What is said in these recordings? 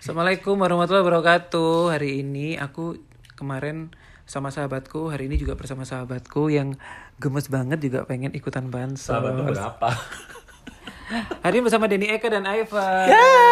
Assalamualaikum warahmatullahi wabarakatuh. Hari ini aku kemarin sama sahabatku, hari ini juga bersama sahabatku yang gemes banget juga pengen ikutan bansos. Sahabat tuh berapa? Hari ini bersama Denny Eka dan Ivan.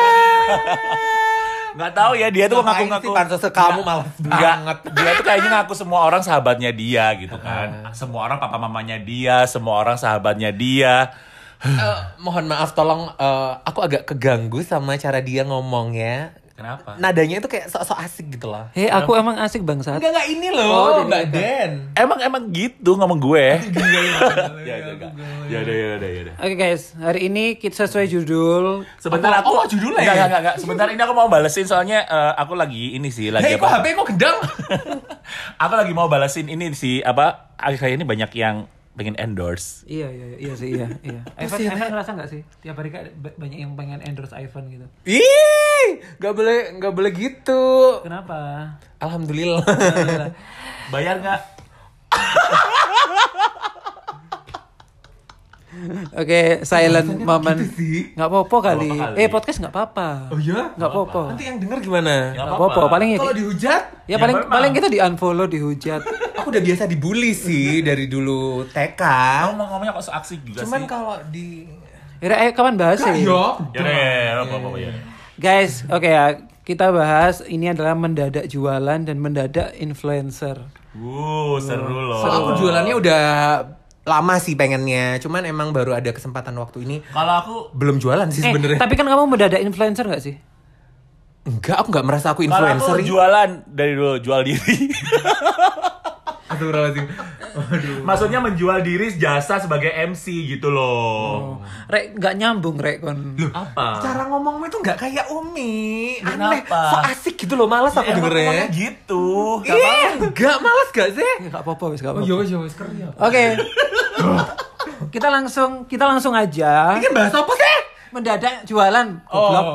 Nggak tahu ya, dia tuh ngaku-ngaku pansos kamu malas banget. Dia tuh kayaknya ngaku semua orang sahabatnya dia gitu kan. Semua orang papa mamanya dia, semua orang sahabatnya dia. Mohon maaf, tolong aku agak keganggu sama cara dia ngomongnya. Kenapa? Nadanya itu kayak sok-sok asik gitu loh. Aku emang asik bangsat. Enggak ini loh, Denny Mbak Eka. Den. Emang gitu ngomong gue. Ya udah. Oke guys, hari ini kita sesuai judul. Sebentar aku judulnya ya? Enggak. Sebentar ini aku mau balesin soalnya aku lagi ini sih lagi Kok HP kok gendang? Aku lagi mau balesin ini sih apa akhir-akhir ini banyak yang pengen endorse. Iya sih. Ivan ngerasa nggak sih tiap hari kayak banyak yang pengen endorse Ivan gitu? Ih, nggak boleh gitu. Kenapa? Alhamdulillah. Bayar nggak? Oke, silent moment. gitu sih? Nggak apa-apa kali. Nggak apa-apa kali. Podcast nggak apa-apa. Oh iya? Nggak apa-apa. Nanti yang denger gimana? Nggak Nggak apa-apa. Paling ya. Kalau dihujat, Ya paling memang. paling kita di unfollow, dihujat. aku udah biasa dibully sih dari dulu TK. Kamu ngomongnya kok seaksik juga Cuman sih. kalau di Ayo kapan bahas ya? Ya apa ya. Guys, oke ya. Kita bahas ini adalah mendadak jualan dan mendadak influencer. Seru loh. Kalau aku jualannya udah lama sih pengennya, cuman emang baru ada kesempatan waktu ini. Kalau aku Belum jualan sih sebenarnya. Tapi kan kamu mendadak influencer nggak sih? Enggak, aku nggak merasa aku Kalau influencer. aku jualan dari dulu jual diri. Astagfirullahaladzim. Maksudnya menjual diri jasa sebagai MC gitu loh. Rek nggak nyambung rek kon. Apa? Cara ngomongmu itu nggak kayak Umi. Aneh, Kenapa? so asik gitu loh, malas aku Emang dengernya. gitu. Enggak, malas gak sih? Nggak apa-apa wis nggak Oh apa-apa. iya, kerja. Oke. Kita langsung aja. Ini kan bahas apa sih? Mendadak jualan. Goblok.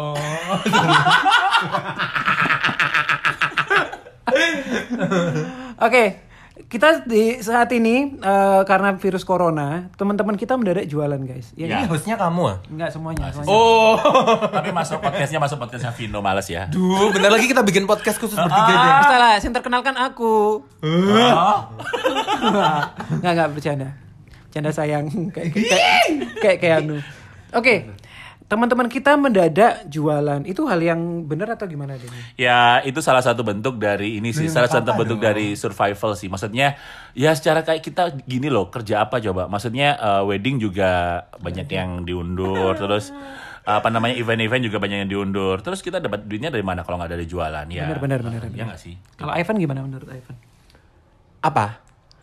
Oke, kita di saat ini karena virus corona, teman-teman kita mendadak jualan guys. Ya, Ya. Ini hostnya kamu ah? Enggak semuanya. Oh. Tapi masuk podcastnya Vino, males ya. Duh, bentar lagi kita bikin podcast khusus bertiga deh. Salah, sin terkenalkan aku. Enggak bercanda. Canda sayang kayak anu. Oke. Teman-teman kita mendadak jualan. Itu hal yang benar atau gimana Denny? Ya itu salah satu bentuk dari ini sih, salah satu bentuk dari survival sih. Maksudnya ya secara kayak kita gini loh, kerja apa coba? Maksudnya wedding juga banyak yang diundur, terus apa namanya event-event juga banyak yang diundur. Terus kita dapat duitnya dari mana kalau nggak dari jualan ya? Benar. Ya nggak sih? Kalau Ivan gimana menurut Ivan? Apa?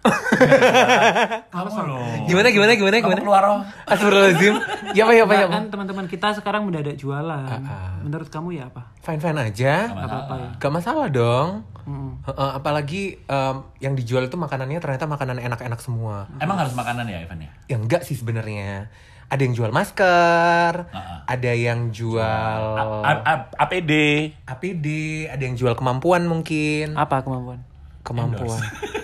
Kamu loh. Gimana? Kamu keluar roh. Astagfirullahaladzim. Ya apa? Nah, kan teman-teman kita sekarang mendadak jualan. Menurut kamu ya apa? Fine aja. Gak apa-apa ya. Gak masalah dong. Mm. Apalagi yang dijual itu makanannya ternyata makanan enak-enak semua. Emang harus makanan ya Ivan ya? Ya enggak sih sebenarnya. Ada yang jual masker, ada yang jual APD. APD, ada yang jual kemampuan mungkin. Apa kemampuan? Kemampuan.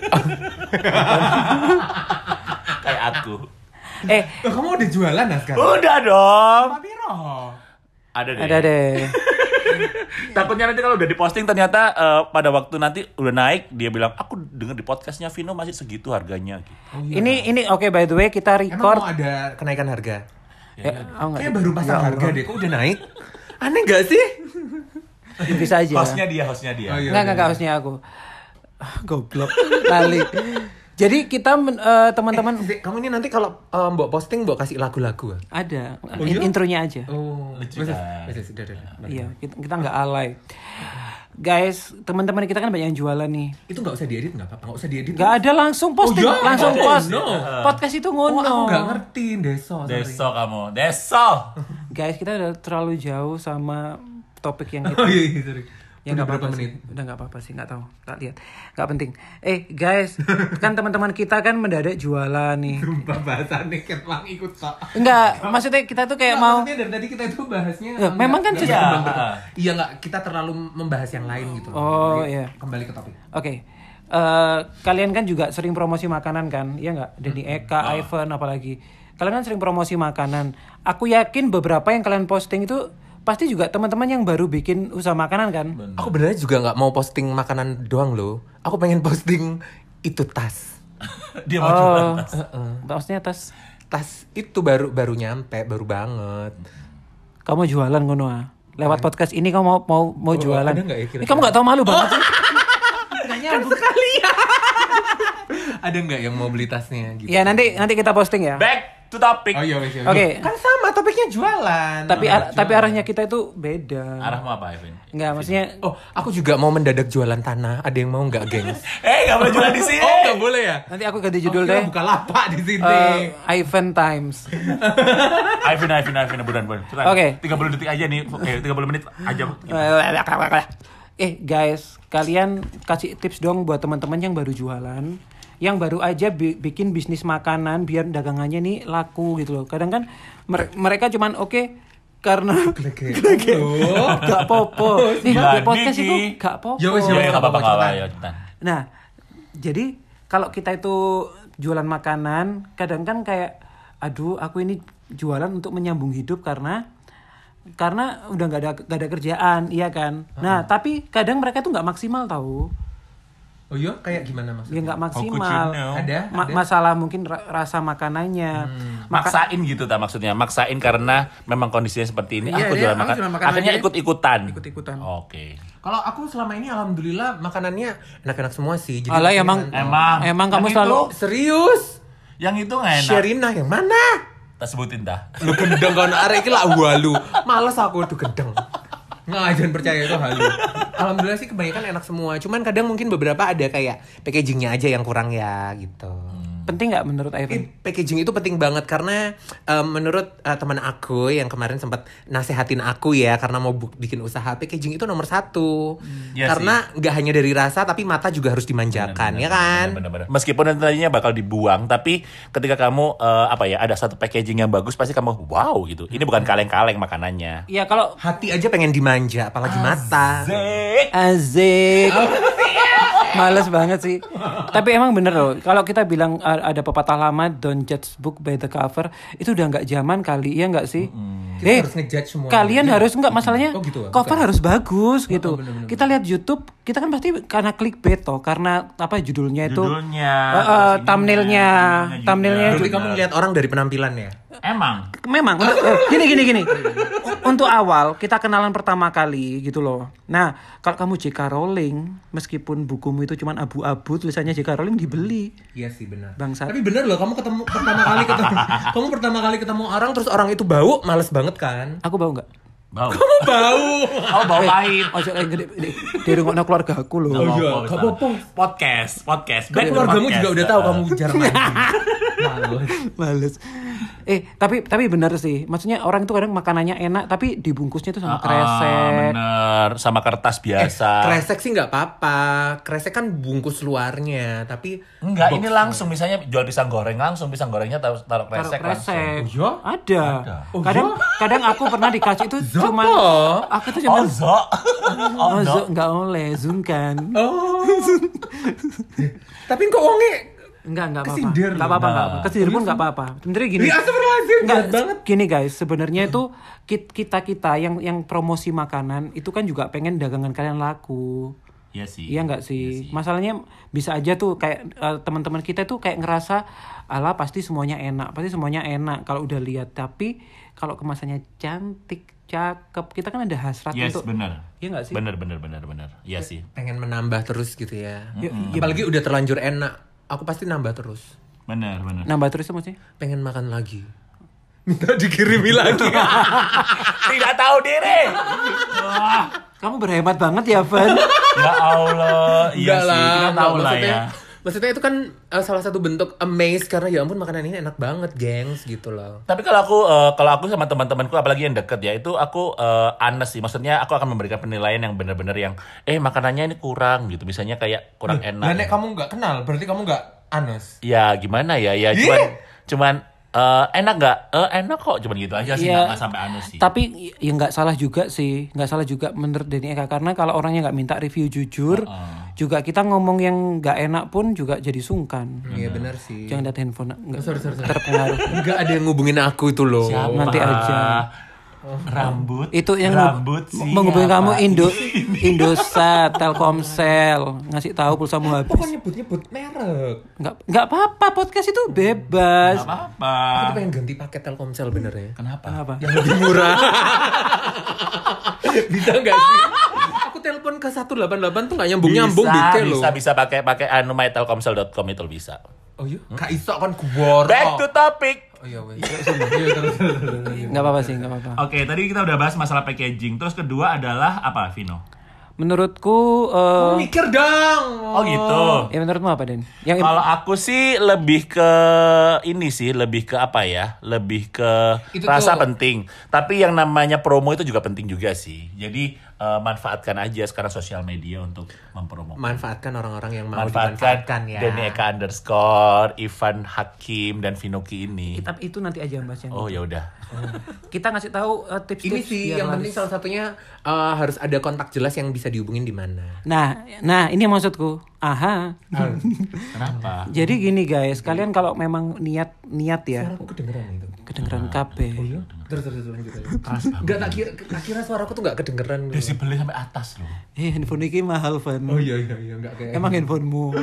Kayak aku. Kamu udah jualan nah sekarang? Udah dong. Piro? Ada deh. Takutnya nanti kalau udah diposting ternyata pada waktu nanti udah naik dia bilang aku denger di podcastnya Vino masih segitu harganya. Gitu. Ini oke, by the way kita Emang record. mau ada kenaikan harga? Enggak. Kayak baru pasang harga deh, kok udah naik? Aneh gak sih? Bisa aja. Hostnya dia. Oh, iya. Enggak harusnya aku. Goblok kali. Jadi kita teman-teman Kamu ini nanti kalau mbok posting mbok kasih lagu-lagu ada iya? intronya aja. Oh, Lucu kan? sudah. Iya, kita nggak alay. Guys, teman-teman kita kan banyak yang jualan nih. Itu nggak usah diedit nggak apa-apa, nggak usah diedit. Nggak ada langsung posting, Oh, iya? langsung Oh, post. no. Podcast itu Oh, ngono. aku nggak ngerti, Deso. sorry. Deso kamu. Deso. Guys, kita udah terlalu jauh sama topik yang Oh itu. iya, sorry. Ya Udah nggak berapa apa-apa sih. menit? Udah nggak apa-apa sih, nggak tahu, tak lihat, nggak penting. Guys, kan teman-teman kita kan mendadak jualan nih. Sumpah bahasannya ketlang ikut tak. Enggak, maksudnya kita tuh kayak mau. Maksudnya dari tadi kita itu bahasnya. Ya, memang kan nggak sejak- berkembang berkembang. Iya nggak, kita terlalu membahas yang lain gitu. Oh, Jadi, iya. Kembali ke topik. Oke. Kalian kan juga sering promosi makanan kan, iya nggak? Denny Eka, Ivan, apalagi. Kalian kan sering promosi makanan. Aku yakin beberapa yang kalian posting itu pasti juga teman-teman yang baru bikin usaha makanan kan. Aku benernya juga nggak mau posting makanan doang loh. Aku pengen posting itu tas. Dia mau jualan tas. Maksudnya Tas itu baru nyampe, baru banget. kamu jualan ngono ah. Lewat podcast ini kamu mau jualan. ada nggak ya kira-kira? Ini kamu nggak tahu malu banget sih. Kan sekali ya. Ada nggak yang mau beli tasnya gitu? Ya nanti kita posting ya. Back to topic. Oh iya, wes, iya. Oke. Kan sama topiknya jualan. Tapi arahnya kita itu beda. Arahmu apa, Evan? Enggak, maksudnya Oh, aku juga mau mendadak jualan tanah. Ada yang mau nggak, gengs? Gak boleh jualan di sini. Oh, nggak boleh ya? nanti aku ganti judul deh. Buka lapak di sini. Ivan Times. Ivan, buruan. Oke. 30 detik aja nih. 30 menit aja. Guys, kalian kasih tips dong buat teman-teman yang baru jualan, yang baru aja bikin bisnis makanan biar dagangannya nih laku gitu loh. Kadang kan mereka cuman oke karena gak popo. Di podcast itu gak popo. Ya wes, Ya, nggak apa-apa. Nah, jadi kalau kita itu jualan makanan, kadang kan kayak, aduh, aku ini jualan untuk menyambung hidup karena udah nggak ada kerjaan, iya kan. Nah, tapi kadang mereka tuh nggak maksimal tahu. Oh iya, kayak gimana maksudnya? Ya nggak How could you maksimal. know? Ada? Masalah mungkin rasa makanannya. Maksain gitu tak maksudnya. Maksain karena memang kondisinya seperti ini. Iya, Aku iya, jualan aku makan. jualan makan Akhirnya aja. ikut-ikutan. Ikut-ikutan. Oke. Kalau aku selama ini alhamdulillah makanannya enak-enak semua sih. Jadi Alah, mungkin emang kamu Yang selalu itu- serius? Yang itu nggak enak. Sherina yang mana? Tak sebutin dah. Lu gendeng kan arek iki lah walu. Males aku tuh gendeng. Nggak, jangan percaya itu halu. Alhamdulillah sih kebanyakan enak semua. Cuman kadang mungkin beberapa ada kayak packagingnya aja yang kurang ya gitu. penting nggak menurut Ivan? Packaging itu penting banget karena menurut teman aku yang kemarin sempat nasehatin aku ya karena mau bikin usaha, packaging itu nomor 1. Ya Karena nggak hanya dari rasa tapi mata juga harus dimanjakan, ya kan? Bener-bener. Meskipun nantinya bakal dibuang, tapi ketika kamu ada satu packaging yang bagus, pasti kamu wow gitu. Ini bukan kaleng-kaleng makanannya. Iya kalau Hati aja pengen dimanja, apalagi mata. Azik. Males banget sih. Tapi emang bener loh. Kalau kita bilang ada pepatah lama, don't judge book by the cover, itu udah nggak zaman kali, ya nggak sih? Kita harus ngejudge semua. Kalian harus nggak, masalahnya Oh, gitu, cover bukan. harus bagus gitu. bener-bener. Kita lihat YouTube, kita kan pasti karena clickbait toh, karena apa judulnya itu, Judulnya, thumbnailnya juga. Berarti juga. kamu ngeliat orang dari penampilannya. Emang Memang gini. Untuk awal kita kenalan pertama kali gitu loh. Nah, kalau kamu J.K. Rowling, meskipun bukumu itu cuman abu-abu, tulisannya J.K. Rowling dibeli. Iya sih benar. Bangsat. Tapi benar loh, kamu pertama kali ketemu orang terus orang itu bau, males banget kan? Aku bau nggak? bau. Bau. Oh, bau pahit. Ojo gede di rungokno keluarga aku loh. Oh, iya. Gak apa-apa. Podcast. Kan Back to keluargamu podcast. juga udah tahu kamu jarang mandi. Males. Males. Tapi benar sih. Maksudnya orang itu kadang makanannya enak tapi dibungkusnya itu sama kresek. Bener, sama kertas biasa. Kresek sih nggak apa-apa. Kresek kan bungkus luarnya, tapi Enggak, ini langsung misalnya jual pisang goreng, langsung pisang gorengnya taruh kresek langsung. Oh, iya? Ada. Oh, Kadang aku pernah dikasih itu cuman aku tuh Oh, cuman Zok. Oh, no. enggak oleh, zungkan. Oh. Tapi kok wonge Enggak apa-apa. Kesindir Enggak apa-apa, loh. enggak apa. Kesindir pun enggak apa-apa. Sebenarnya gini. Iya, astagfirullahaladzim, Enggak, jahat banget. gini guys, sebenarnya itu kita yang promosi makanan itu kan juga pengen dagangan kalian laku. Iya sih. Iya enggak sih? Masalahnya bisa aja tuh kayak teman-teman kita tuh kayak ngerasa ala pasti semuanya enak kalau udah lihat, tapi kalau kemasannya cantik, cakep, kita kan ada hasrat Yes, untuk bener. Iya enggak sih? Bener. Iya sih. pengen menambah terus gitu ya. Ya, Apalagi udah terlanjur enak, aku pasti nambah terus. Bener. nambah terus tuh maksudnya? Pengen makan lagi. Minta dikirimi lagi. Tidak tahu diri. Kamu berhemat banget ya, Van. Ya Allah. Iya Enggak sih. Kita tahu lah maksudnya, ya. Maksudnya itu kan salah satu bentuk amaze karena ya ampun makanan ini enak banget, gengs gitu loh. Tapi kalau aku sama teman-temanku apalagi yang deket ya, itu aku honest sih. Maksudnya aku akan memberikan penilaian yang benar-benar yang makanannya ini kurang gitu. Misalnya kayak kurang enak. Nenek kamu nggak kenal, berarti kamu nggak anes. Ya gimana ya? Ya cuman enak nggak? Enak kok, cuman gitu aja sih, Iya. nggak sampai aneh sih. Tapi ya nggak salah juga menurut Denny Eka, karena kalau orangnya nggak minta review jujur, juga kita ngomong yang nggak enak pun juga jadi sungkan. Iya benar sih. Jangan lihat handphone, nggak Sorry. terpengaruh. Enggak ada yang ngubungin aku itu loh. Siapa? Nanti aja. Rambut. Itu yang rambut sih. menghubungi kamu Indosat, Telkomsel, ngasih tahu pulsamu habis. Kok nyebut-nyebut merek? Enggak apa-apa, podcast itu bebas. Gak apa-apa. Aku tuh pengen ganti paket Telkomsel bener ya. Kenapa? Yang lebih murah. Bisa nggak sih? Aku telepon ke 188 tuh nggak nyambung bisa, detail loh. bisa pakai mytelkomsel.com itu bisa. Oh iya? Kak Iso kan kuwor. Back to topic. Oh iya, wes. Iya, terus. Enggak apa-apa sih, enggak apa-apa. Oke, tadi kita udah bahas masalah packaging. Terus kedua adalah apa, Vino? Menurutku Mikir dong. Oh gitu. ya menurutmu apa, Den? Yang Kalau aku sih lebih ke ini sih, lebih ke apa ya? Lebih ke Itu rasa tuh. penting. Tapi yang namanya promo itu juga penting juga sih. Jadi manfaatkan aja sekarang sosial media untuk mempromo. Manfaatkan orang-orang yang mau Manfaatkan dimanfaatkan ya. Deni Eka _ Ivan Hakim dan Vinoki ini. Tapi itu nanti aja Mas yang. Oh ya udah. Kita ngasih tahu tips-tips Ini sih biar yang laris. penting salah satunya harus ada kontak jelas yang bisa dihubungin di mana. Nah, ini maksudku. Aha. Kenapa? Jadi gini guys, kalian kalau memang niat ya, Suaraku kedengeran itu. kedengeran KB. Terus lanjut aja. Keras banget. Enggak tak kira suaraku tuh enggak kedengeran. Desibelnya sampai atas loh. Handphone ini mahal, Van. Oh iya enggak kayak. Emang handphonemu.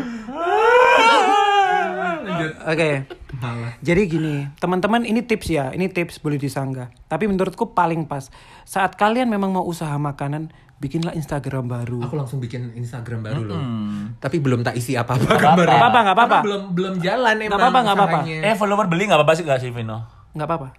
lanjut. Oke. Malah. Jadi gini, teman-teman, ini tips ya, ini tips boleh disanggah. Tapi menurutku paling pas. Saat kalian memang mau usaha makanan, bikinlah Instagram baru. Aku langsung bikin Instagram baru loh. Tapi belum tak isi apa-apa Nggak gambarnya. apa-apa, nggak apa-apa. Karena belum jalan emang. Nggak apa-apa, nggak apa-apa. usahanya. Follower beli nggak apa-apa sih nggak sih Vino? Nggak apa-apa.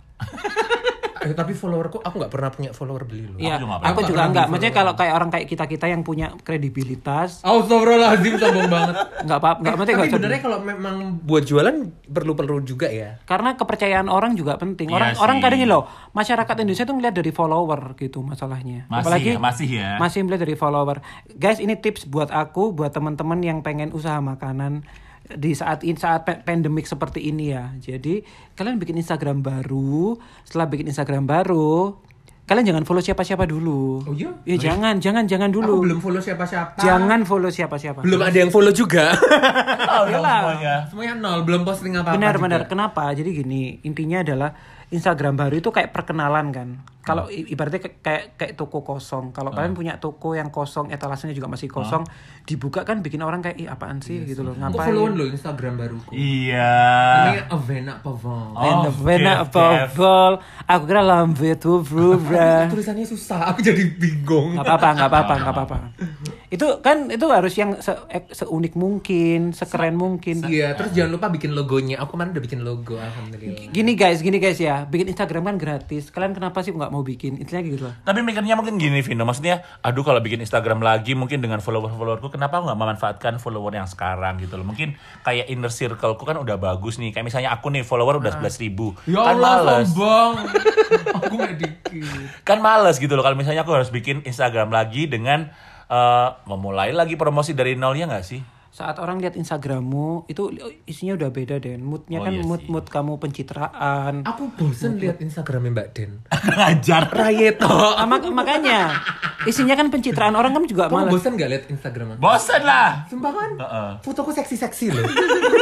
Tapi followerku aku nggak pernah punya follower beli loh. Iya, juga nggak aku apa-apa. juga Aku enggak. nggak Maksudnya kalau kayak orang kayak kita yang punya kredibilitas, Astagfirullahaladzim sombong banget. nggak apa, nggak maksudnya Tapi nggak usah. sebenarnya kalau memang buat jualan perlu juga ya. Karena kepercayaan orang juga penting. Iya Orang sih. kadang gini loh, masyarakat Indonesia tuh ngeliat dari follower gitu masalahnya. Masih ya. Masih melihat dari follower. Guys, ini tips buat aku, buat teman-teman yang pengen usaha makanan di saat pandemik seperti ini ya. Jadi kalian bikin Instagram baru. Setelah bikin Instagram baru, kalian jangan follow siapa-siapa dulu. Oh iya? Ya jangan Aku dulu. belum follow siapa-siapa. Jangan follow siapa-siapa. Belum ada yang follow juga. Oh, Iyalah. semuanya. Semuanya nol, belum posting apa-apa. Benar-benar. juga. Kenapa? Jadi gini, intinya adalah Instagram baru itu kayak perkenalan kan. Kalau ibaratnya kayak toko kosong. Kalau kalian punya toko yang kosong, etalasenya juga masih kosong, dibuka kan bikin orang kayak, ih apaan sih gitu loh. Aku Ngapain? followan loh Instagram baruku. Iya. Namanya Avena Pavon. Oh, Vena Kev. Pavel, aku kira lambe tuh berubah. Tulisannya susah, aku jadi bingung. Nggak apa-apa. Itu harus yang seunik mungkin, sekeren mungkin. Iya, terus jangan lupa bikin logonya. Aku kemarin udah bikin logo, alhamdulillah. Gini guys ya, bikin Instagram kan gratis. Kalian kenapa sih nggak mau bikin? Intinya gitu lah. Tapi mikirnya mungkin gini Vino, maksudnya aduh kalau bikin Instagram lagi mungkin dengan followerku kenapa aku nggak memanfaatkan follower yang sekarang gitu loh. Mungkin kayak inner circleku kan udah bagus nih. Kayak misalnya aku nih follower udah 11.000. Ya Kan Allah, males. sombong. Aku gak dikit. Kan males gitu loh kalau misalnya aku harus bikin Instagram lagi dengan memulai lagi promosi dari nol, ya nggak sih? Saat orang lihat Instagrammu itu isinya udah beda, Den. Moodnya Oh, kan iya mood kamu pencitraan. Aku bosen lihat Instagramnya Mbak Den. Ngajar. Rayeto. Makanya isinya kan pencitraan, orang kan juga Kamu malas. bosen gak lihat Instagram aku? Bosen lah. Sumpah kan? Fotoku seksi-seksi loh.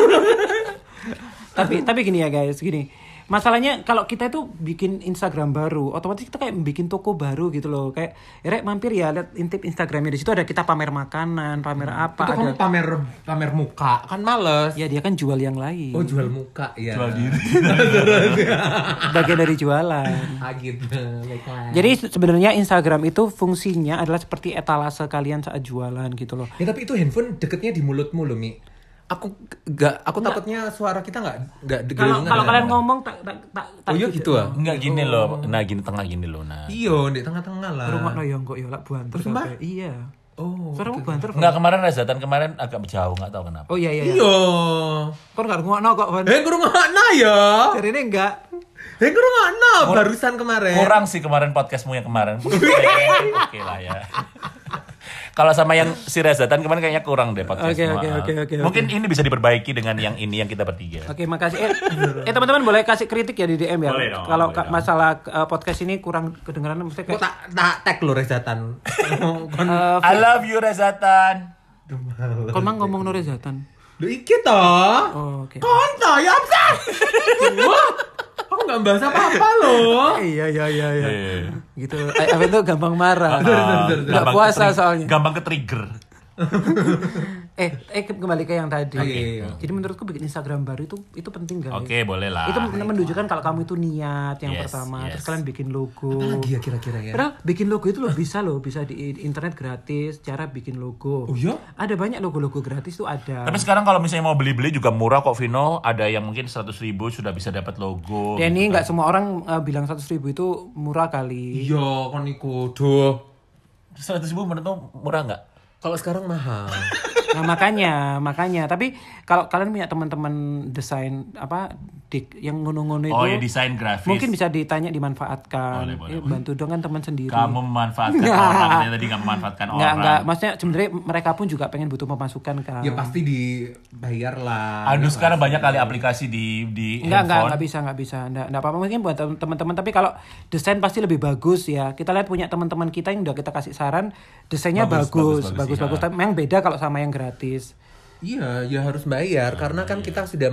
Tapi gini ya guys, gini. Masalahnya kalau kita itu bikin Instagram baru, otomatis kita kayak bikin toko baru gitu loh. Kayak, Rek mampir ya lihat intip Instagramnya, di situ ada kita pamer makanan, pamer apa, Itu ada. kamu pamer muka, kan males. Ya dia kan jual yang lain. Oh, jual muka ya. Jual diri. Bagian dari jualan. Ah gitu. Baiklah. Jadi sebenarnya Instagram itu fungsinya adalah seperti etalase kalian saat jualan gitu loh. Ya tapi itu handphone deketnya di mulutmu loh, Mi. Aku takutnya suara kita nggak Kalau kalian ngomong tak Oh iya gitu ah. Enggak gini loh. Nah, gini tengah gini loh. Nah. Iya, di tengah-tengah lah. rumah no yang kok ya lak banter Sumpah? sampai. Iya. Oh. Suaramu banter. Enggak, kemarin Rezatan kemarin agak jauh, enggak tahu kenapa. Oh iya. Iya. Kok enggak ngomong kok, Van. Kurang ngana ya. Jadi ini enggak. Kurang ngana barusan kemarin. Kurang sih kemarin podcastmu yang kemarin. Oke lah ya. Kalau sama yang si Rezatan kemarin kayaknya kurang deh podcastnya. Oke. Mungkin ini bisa diperbaiki dengan yang ini yang kita bertiga. Oke, makasih. Teman-teman boleh kasih kritik ya di DM ya. Boleh dong, Kalau boleh dong. masalah podcast ini kurang kedengeran mesti Kok kayak tak tag lo Rezatan. I love you Rezatan. kon mang ngomong no Rezatan. Lu iki toh. Oh, oke. Konto ya apa? Aku nggak bahas apa-apa loh. Iya. Iya. Gitu. Apa itu gampang marah. Nggak Gampang puasa soalnya. Gampang ke-trigger. Kembali ke yang tadi. Iya. Jadi menurutku bikin Instagram baru itu penting guys. Oke, boleh lah. Itu menunjukkan kalau kamu itu niat yang Yes, pertama. yes. Terus kalian bikin logo. Apalagi ya kira-kira ya? Padahal bikin logo itu bisa di internet gratis cara bikin logo. Oh iya? Ada banyak logo-logo gratis tuh ada. Tapi sekarang kalau misalnya mau beli-beli juga murah kok Vino. Ada yang mungkin 100.000 sudah bisa dapat logo. Dan ini gitu nggak semua orang bilang 100.000 itu murah kali. Iya, kan iku. Duh. 100.000 menurutmu murah nggak? Kalau sekarang mahal. Nah makanya. Tapi kalau kalian punya teman-teman desain yang ngono-ngono itu. Oh ya, desain grafis. Mungkin bisa ditanya dimanfaatkan. Boleh. Bantu dong kan teman sendiri. Kamu memanfaatkan orang. Tadi nggak memanfaatkan orang. Enggak. Maksudnya sebenarnya mereka pun juga pengen butuh pemasukan kan. Ya pasti dibayar lah. Aduh, sekarang banyak kali aplikasi di handphone. Enggak bisa. Enggak apa-apa mungkin buat teman-teman, tapi kalau desain pasti lebih bagus ya. Kita lihat punya teman-teman kita yang udah kita kasih saran, desainnya bagus. Tapi memang beda kalau sama yang gratis. Iya, ya harus bayar karena kan kita sudah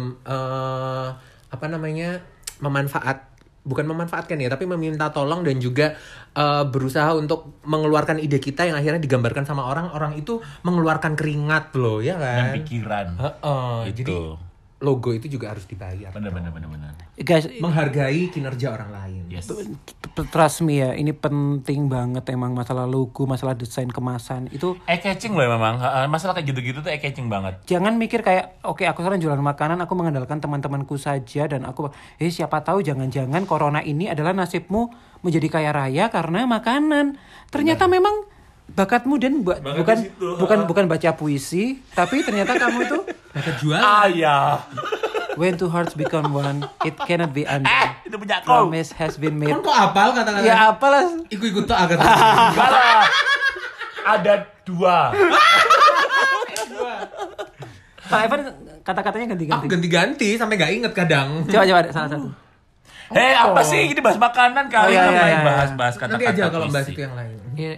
bukan memanfaatkan ya, tapi meminta tolong dan juga berusaha untuk mengeluarkan ide kita yang akhirnya digambarkan sama orang itu mengeluarkan keringat loh, ya kan? Dan pikiran. Gitu. Jadi logo itu juga harus dibayar. Bener. Guys, Menghargai kinerja orang lain. Yes. trust me ya, ini penting banget emang masalah logo, masalah desain kemasan itu. Eye-catching loh memang. Masalah kayak gitu-gitu tuh eye-catching banget. Jangan mikir kayak, oke, aku sekarang jualan makanan, aku mengandalkan teman-temanku saja dan aku, siapa tahu jangan-jangan corona ini adalah nasibmu menjadi kaya raya karena makanan. Ternyata memang bakatmu dan bukan baca puisi, tapi ternyata kamu itu Bakat jual. Ya. when two hearts become one, it cannot be undone. Itu punya kau. Promise has been made. Kan kok apal kata-kata? Ya apalah. Ikut-ikut tuh agak. Salah. Ada 2. Pak Evan kata-katanya Aku ganti-ganti. ganti-ganti sampai gak inget kadang. Coba salah satu. Apa sih ini bahas makanan kali? iya, Ngapain iya. bahas kata-kata. Nanti aja kalau bahas puisi? itu yang lain. Iya.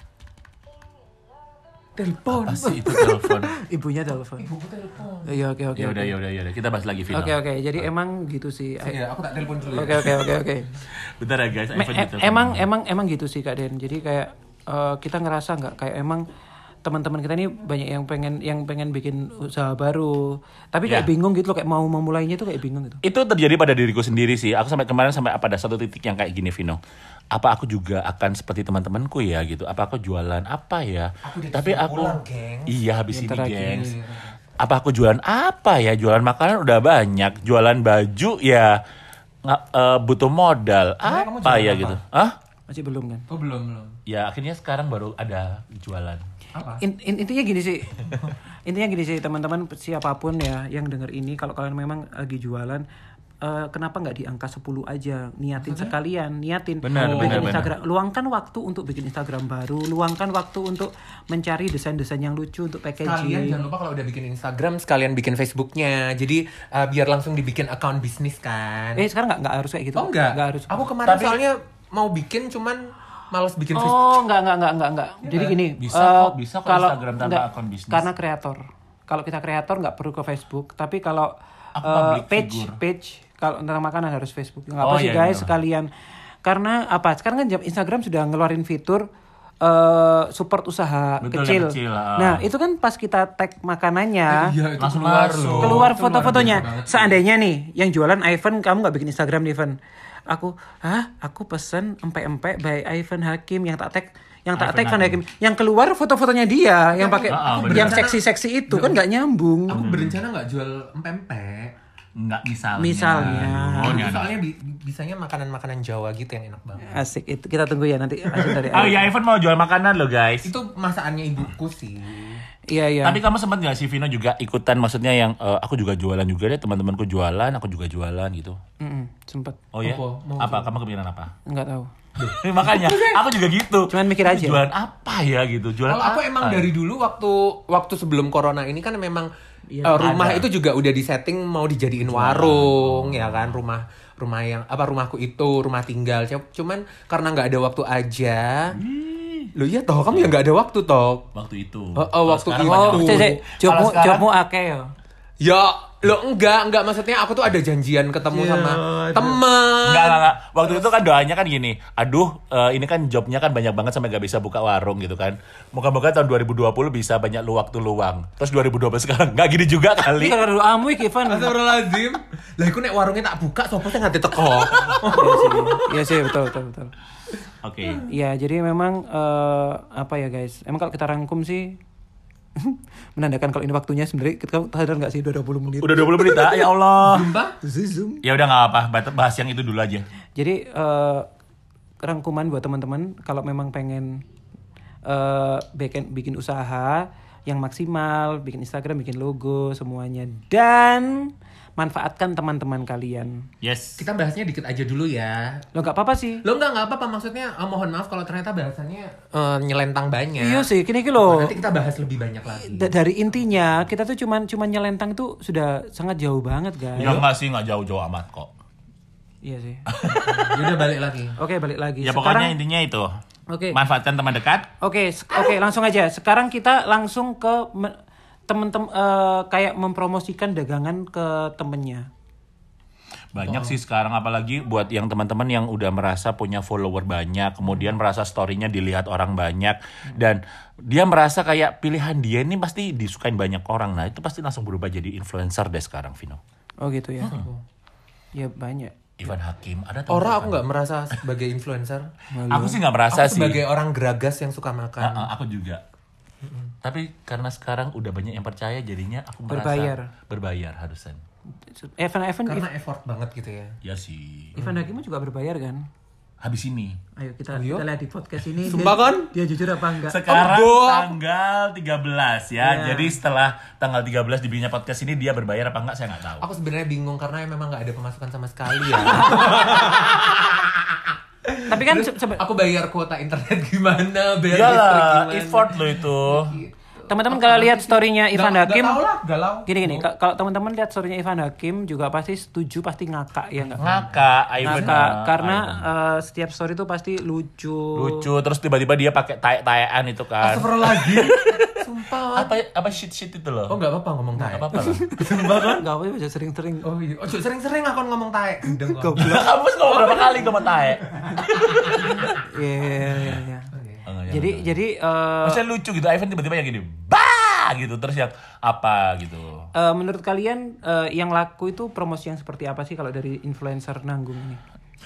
Telepon. Apa sih itu telepon? Ibunya telepon. Ibuku telepon. Iya, oke. Ya udah. Kita bahas lagi Vino. Oke. Jadi emang gitu sih. Iya, aku tak telepon dulu ya. Oke. Bentar ya guys. Emang gitu sih Kak Den. Jadi kayak kita ngerasa nggak kayak emang teman-teman kita ini banyak yang pengen bikin usaha baru, tapi kayak bingung gitu loh, kayak mau memulainya tuh kayak bingung gitu. Itu terjadi pada diriku sendiri sih. Aku sampai kemarin pada satu titik yang kayak gini Vino. Apa aku juga akan seperti teman-temanku ya gitu? Apa aku jualan apa ya? Tapi aku pulang, geng. Iya habis ini Bentar lagi. gengs. Apa aku jualan apa ya? Jualan makanan udah banyak, jualan baju ya butuh modal. Kamu Apa jualan ya apa? gitu? Hah? Masih belum kan? Oh, belum. Ya akhirnya sekarang baru ada jualan. Apa? Intinya gini sih. Teman-teman siapapun ya yang denger ini, kalau kalian memang lagi jualan, kenapa nggak di angka 10 aja, niatin Benar. Instagram, luangkan waktu untuk bikin Instagram baru, luangkan waktu untuk mencari desain-desain yang lucu untuk Kalian packaging. jangan lupa kalau udah bikin Instagram sekalian bikin Facebooknya. Jadi biar langsung dibikin account bisnis kan. Sekarang nggak harus kayak gitu. Oh enggak Nggak harus. Aku kemarin soalnya mau bikin cuman males bikin Facebook. Oh, enggak. Jadi gini, Bisa kok kalau Instagram tanpa enggak, akun bisnis. karena kreator. Kalau kita kreator nggak perlu ke Facebook, tapi kalau Aku public page kalau tentang makanan harus Facebook. Nggak Oh, apa sih iya, guys, iya. sekalian. Karena apa? Sekarang kan Instagram sudah ngeluarin fitur support usaha Betul, kecil. yang kecil, Nah, itu kan pas kita tag makanannya, Iya, itu Langsung keluar masuk. loh. keluar Itu luar foto-fotonya. biasa banget sih. Seandainya nih yang jualan Ivan, kamu nggak bikin Instagram nih, Ivan. Aku pesen empek-empek by Ivan Hakim, yang tak tag Ivan Hakim. Yang keluar foto-fotonya dia yang pakai bener. yang seksi-seksi itu kan nggak nyambung. Aku berencana nggak jual empek-empek. Enggak misalnya. Misalnya. Oh, Itu enggak. soalnya bisanya makanan-makanan Jawa gitu yang enak banget. Asik itu. Kita tunggu ya nanti hasil dari Oh ya, Ivan mau jual makanan loh guys. Itu masakannya ibuku sih. Iya. Tapi kamu sempat nggak sih Vino juga ikutan, maksudnya yang aku juga jualan juga deh, teman-temanku jualan, aku juga jualan gitu. Sempet. Oh ya? Mau Apa? Kamu kepikiran apa? Nggak tahu. Makanya aku juga gitu. Cuman mikir aja. Jualan apa ya gitu? Jualan Kalau aku apa? emang dari dulu waktu sebelum corona ini kan memang rumah ada. itu juga udah disetting mau dijadiin warung, ya kan, rumah yang rumahku itu rumah tinggal. Cuman karena nggak ada waktu aja. Loh iya toh, kamu ya nggak ada waktu toh. Waktu itu. Waktu sekarang itu. banyak. Cek, Kalau sekarang- jobmu akeh ya. Ya, lo enggak maksudnya aku tuh ada janjian ketemu sama temen. Enggak. Waktu itu kan doanya kan gini, aduh ini kan jobnya kan banyak banget sampai gak bisa buka warung gitu kan. Moga-moga tahun 2020 bisa banyak waktu luang. Terus 2012 sekarang nggak gini juga kali. Ini kalau doamu iki Ivan. Astagfirullahaladzim. Lah iku nek warungnya tak buka sopo sing nganti teko. Iya sih, betul. Oke. Iya, jadi memang apa ya guys? Emang kalau kita rangkum sih menandakan kalau ini waktunya sebenarnya kita sadar nggak sih 20 menit. Udah 20 menit ya Allah. Zoom. Ya udah nggak apa-apa, bahas yang itu dulu aja. Jadi rangkuman buat teman-teman kalau memang pengen bikin usaha yang maksimal, bikin Instagram, bikin logo semuanya, dan manfaatkan teman-teman kalian. Yes. Kita bahasnya dikit aja dulu ya. Lo nggak apa-apa sih. Lo nggak apa-apa, maksudnya mohon maaf kalau ternyata bahasannya nyelentang banyak. Iya sih, gini loh. Nanti kita bahas lebih banyak lagi. Dari intinya kita tuh cuman nyelentang tuh sudah sangat jauh banget guys. Ya enggak sih, nggak jauh-jauh amat kok. Iya sih. Udah balik lagi. Oke, balik lagi. Ya pokoknya intinya itu. Oke. Manfaatkan teman dekat. Oke, langsung aja. Sekarang kita langsung ke temen-temen kayak mempromosikan dagangan ke temennya. Banyak sih sekarang, apalagi buat yang teman-teman yang udah merasa punya follower banyak, kemudian merasa story-nya dilihat orang banyak, dan dia merasa kayak pilihan dia ini pasti disukain banyak orang. Nah itu pasti langsung berubah jadi influencer deh sekarang, Vino. Oh gitu ya. Ya banyak. Ivan Hakim, ada teman. Orang aku nggak merasa sebagai influencer. Aku sih nggak merasa Aku sih. sebagai orang geragas yang suka makan. Aku juga. Tapi karena sekarang udah banyak yang percaya, jadinya aku merasa berbayar harusan. Evan Karena effort banget gitu ya. Ya sih. Ivan Hakim juga berbayar kan? Habis ini. Ayo kita lihat di podcast ini. Sumpah kan? Dia jujur apa enggak? Sekarang tanggal 13 ya. Jadi setelah tanggal 13 dibelinya podcast ini dia berbayar apa enggak saya nggak tahu. Aku sebenarnya bingung karena memang nggak ada pemasukan sama sekali ya. Tapi kan Aku bayar kuota internet gimana, bayar Iyalah, listrik gimana. effort lo itu. teman-teman kalau lihat story-nya Ivan Hakim, Gak tau lah, galau. gini, kalau teman-teman lihat story-nya Ivan Hakim juga pasti setuju, pasti ngakak ya nggak? Ngakak, Karena setiap story itu pasti lucu. terus tiba-tiba dia pakai taek-taekan itu kan. Astagfirullahaladzim. Sumpah. Apa shit itu loh. Oh nggak apa-apa ngomong taek. Nggak apa-apa lah. Sumpah kan? Nggak apa-apa, bisa sering-sering. Oh iya. Oh sering-sering aku ngomong taek. Goblok. Kamu ngomong berapa kali ngomong taek? Iya. Jadi maksudnya lucu gitu, Ivan tiba-tiba yang gini, bah gitu, terus yang apa gitu. menurut kalian yang laku itu promosi yang seperti apa sih kalau dari influencer nanggung ini?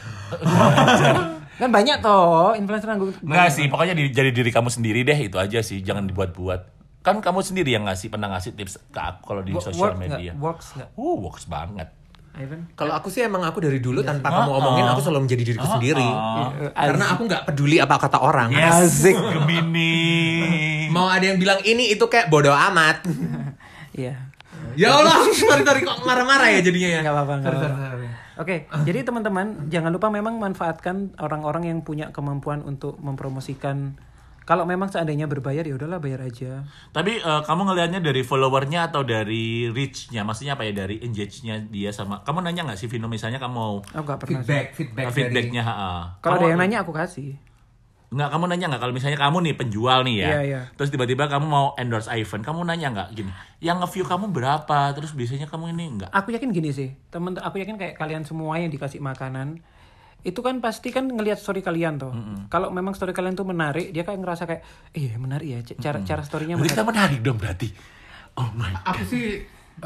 Kan banyak toh influencer nanggung. Enggak sih, pokoknya jadi diri kamu sendiri deh, itu aja sih, jangan dibuat-buat. Kan kamu sendiri yang pernah ngasih tips ke aku kalau di sosial media. Works nggak? Works banget. Ivan? Kalau aku sih emang aku dari dulu tanpa kamu omongin aku selalu menjadi diriku sendiri. Karena aku nggak peduli apa kata orang. Yes, Gemini. Mau ada yang bilang ini itu kayak bodoh amat. Iya. Ya Allah, sorry kok marah-marah ya jadinya ya. Nggak apa-apa. Sorry. Oke, jadi teman-teman jangan lupa memang manfaatkan orang-orang yang punya kemampuan untuk mempromosikan. Kalau memang seandainya berbayar ya udahlah bayar aja. Tapi kamu ngelihatnya dari followernya atau dari reach-nya? Maksudnya apa ya, dari engage-nya dia sama. Kamu nanya nggak sih Vino, misalnya kamu mau Aku nggak pernah. feedback-nya? Kalau ada yang nanya aku kasih. Nggak, kamu nanya nggak kalau misalnya kamu nih penjual nih ya, Iya. terus tiba-tiba kamu mau endorse Ivan, kamu nanya nggak gini, yang nge-view kamu berapa? Terus biasanya kamu ini nggak? Aku yakin gini sih, aku yakin kayak kalian semua yang dikasih makanan itu kan pasti kan ngelihat story kalian tuh. Kalau memang story kalian tuh menarik, dia kayak ngerasa kayak, menarik ya, cara storynya Berarti menarik. kita menarik dong berarti. Oh my God. Aku sih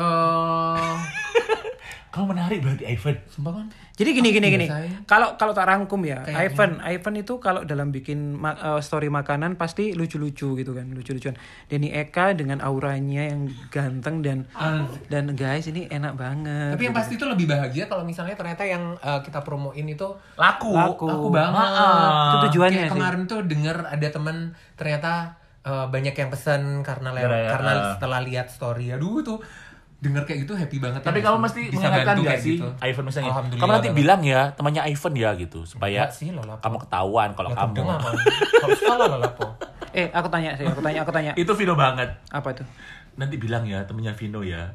Kamu menarik berarti Ivan. sumpah kan. Jadi gini. biasanya. Kalau tak rangkum ya, Ivan itu kalau dalam bikin story makanan pasti lucu-lucu gitu kan, lucu-lucuan. Denny Eka dengan auranya yang ganteng dan guys ini enak banget. Tapi yang pasti itu lebih bahagia kalau misalnya ternyata yang kita promoin itu Laku banget. Itu tujuannya Kayak sih. kemarin tuh denger ada temen ternyata banyak yang pesen karena setelah lihat story. Aduh tuh denger kayak gitu happy banget. Tapi ya, kamu mesti bisa mengingatkan bantu nggak kayak sih gitu. Ivan misalnya, Alhamdulillah kamu nanti banget. bilang ya temannya Ivan ya gitu, supaya Enggak sih, lo lapo. kamu ketahuan kalau Ya, kamu. kedeng apa? Kalau salah lo lapo. Aku tanya. Itu Vino banget. Apa tuh? Nanti bilang ya temennya Vino ya.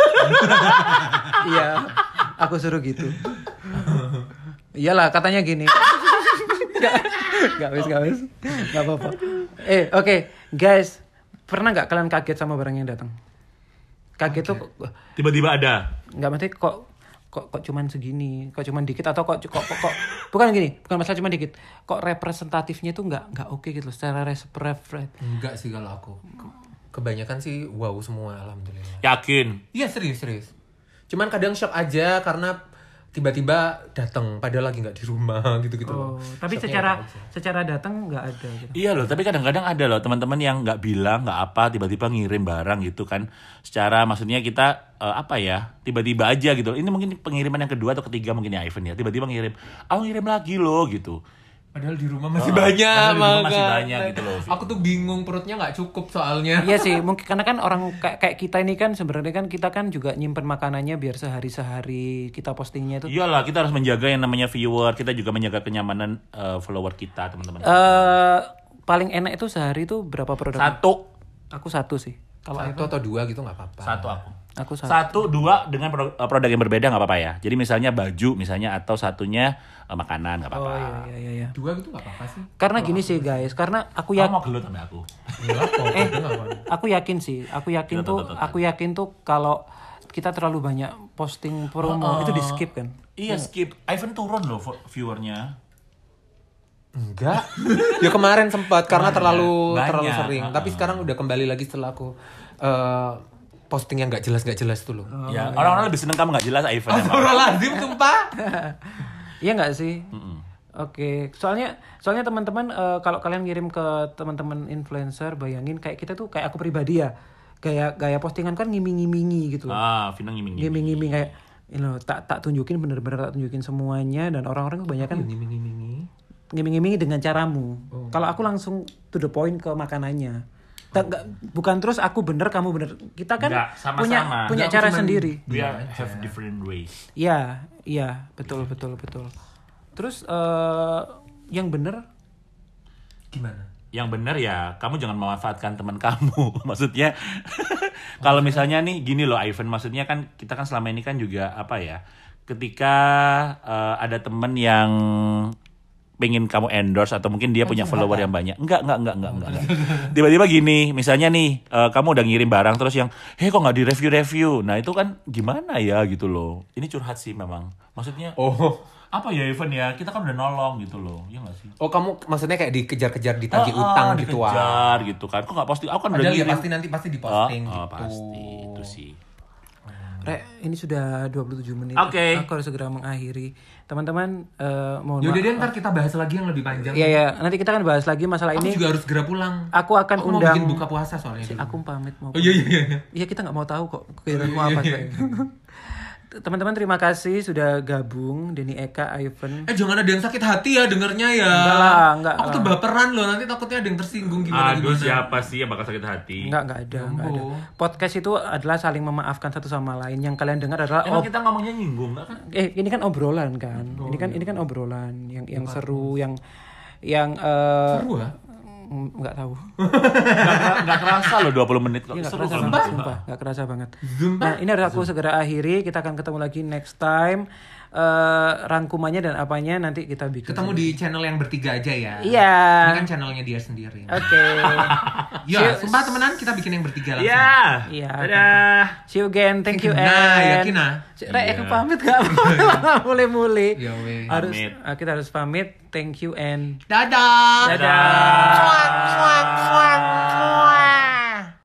Iya, aku suruh gitu. Iyalah, katanya gini. Gak apa-apa. Oke, guys, pernah nggak kalian kaget sama barang yang datang? Kaget tuh Tiba-tiba ada. nggak mesti kok cuman segini, kok cuman dikit atau kok bukan gini, bukan masalah cuman dikit. Kok representatifnya itu nggak oke gitu loh, secara Enggak sih kalau aku. Kebanyakan sih wow semua alhamdulillah. Yakin? Iya serius. Cuman kadang shock aja karena tiba-tiba datang padahal lagi nggak di rumah gitu-gitu Oh, loh. tapi Shocknya secara datang nggak ada gitu. Iya loh, tapi kadang-kadang ada loh teman-teman yang nggak bilang, nggak apa, tiba-tiba ngirim barang gitu kan. Secara maksudnya kita apa ya, tiba-tiba aja gitu. Ini mungkin pengiriman yang kedua atau ketiga mungkin ya Ivan ya. Tiba-tiba ngirim, aku ngirim lagi loh gitu. Padahal di rumah masih banyak. Padahal di rumah masih makanya. banyak gitu loh. Aku tuh bingung, perutnya nggak cukup soalnya. Iya sih, mungkin karena kan orang kayak kita ini kan sebenarnya kan kita kan juga nyimpen makanannya biar sehari-hari kita postingnya itu. Iyalah, kita harus menjaga yang namanya viewer, kita juga menjaga kenyamanan follower kita, teman-teman. Paling enak itu sehari itu berapa produk? Satu Aku satu sih. Kalau Satu atau dua gitu nggak apa-apa. Satu aku. aku satu. Satu, dua dengan produk yang berbeda nggak apa-apa ya. Jadi misalnya baju misalnya atau satunya makanan nggak apa-apa. Oh iya. Dua gitu nggak apa-apa sih. Karena gini sih guys, karena aku Kamu mau gelut sama aku? Enggak kok. Nggak apa. aku yakin sih, aku yakin tuh kalau kita terlalu banyak posting promo itu di skip kan. Iya skip. Ivan turun loh viewernya. Enggak. Ya kemarin sempat karena terlalu Banyak. sering. Tapi sekarang udah kembali lagi setelah aku posting yang nggak jelas tuh loh. Ya orang-orang lebih seneng kamu nggak jelas Ivan. emang. Astagfirullahaladzim sumpah. Iya nggak sih? Oke, soalnya teman-teman kalau kalian ngirim ke teman-teman influencer, bayangin kayak kita tuh kayak aku pribadi ya, gaya postingan kan ngiming-ngimingi gitu loh. Vina ngiming-ngiming. Ngiming-ngiming kayak tak tunjukin bener-bener tak tunjukin semuanya dan orang-orang kebanyakan ngiming-ngimingi dengan caramu. Kalau aku langsung to the point ke makanannya. Bukan terus aku bener kamu bener. Kita kan Nggak, sama-sama. punya cara sendiri. We have different ways. Iya, betul. Terus yang bener Gimana? Yang benar ya, kamu jangan memanfaatkan teman kamu. Maksudnya, kalau misalnya nih gini loh, Ivan. Maksudnya kan kita kan selama ini kan juga apa ya? Ketika ada teman yang pengen kamu endorse atau mungkin dia punya follower yang banyak. Enggak. Tiba-tiba gini, misalnya nih kamu udah ngirim barang terus yang, kok nggak di review. Nah itu kan gimana ya gitu loh. Ini curhat sih memang. Maksudnya, apa ya Ivan ya? Kita kan udah nolong gitu loh, ya nggak sih? Oh kamu maksudnya kayak dikejar-kejar ditagih utang gitu dikejar gitu kan. Kok nggak posting? Aku kan udah Padahal ya ngirim. pasti diposting gitu. Pasti itu sih. Rek, ini sudah 27 menit. Oke. Aku harus segera mengakhiri. Teman-teman, mohon Yaudah maaf. deh ntar kita bahas lagi yang lebih panjang. Iya, nanti kita akan bahas lagi masalah Aku ini. juga harus segera pulang. Aku akan mau undang. bikin buka puasa soalnya. dulu. Aku pamit mau. Oh iya. Iya, kita nggak mau tahu kok kegiatanmu apa. Teman-teman terima kasih sudah gabung, Denny Eka, Ivan. Jangan ada yang sakit hati ya dengernya ya. Enggak Aku tuh baperan loh, nanti takutnya ada yang tersinggung gimana. Siapa sih yang bakal sakit hati? Enggak ada. Podcast itu adalah saling memaafkan satu sama lain. Yang kalian dengar adalah Emang kita ngomongnya nyinggung nggak kan? ini kan obrolan kan. Ini kan obrolan yang seru, yang Seru ya? nggak tahu. Nggak kerasa loh 20 menit kok. Iya, nggak Seru kerasa kan? banget, sumpah. Nggak kerasa banget. Nah, ini harus aku segera akhiri. Kita akan ketemu lagi next time. Rangkumannya dan apanya nanti kita bikin. Ketemu di channel yang bertiga aja ya. Iya. Ini kan channelnya dia sendiri. Oke. Ya, sumpah temenan kita bikin yang bertiga langsung. Iya. Iya. Dadah. See you again. Thank you, Nah, and yakin ah. Rek, aku pamit gak? Mulai-mulai. Ya weh. Harus Pamit. kita harus pamit. Thank you and Dadah. dadah. Swag.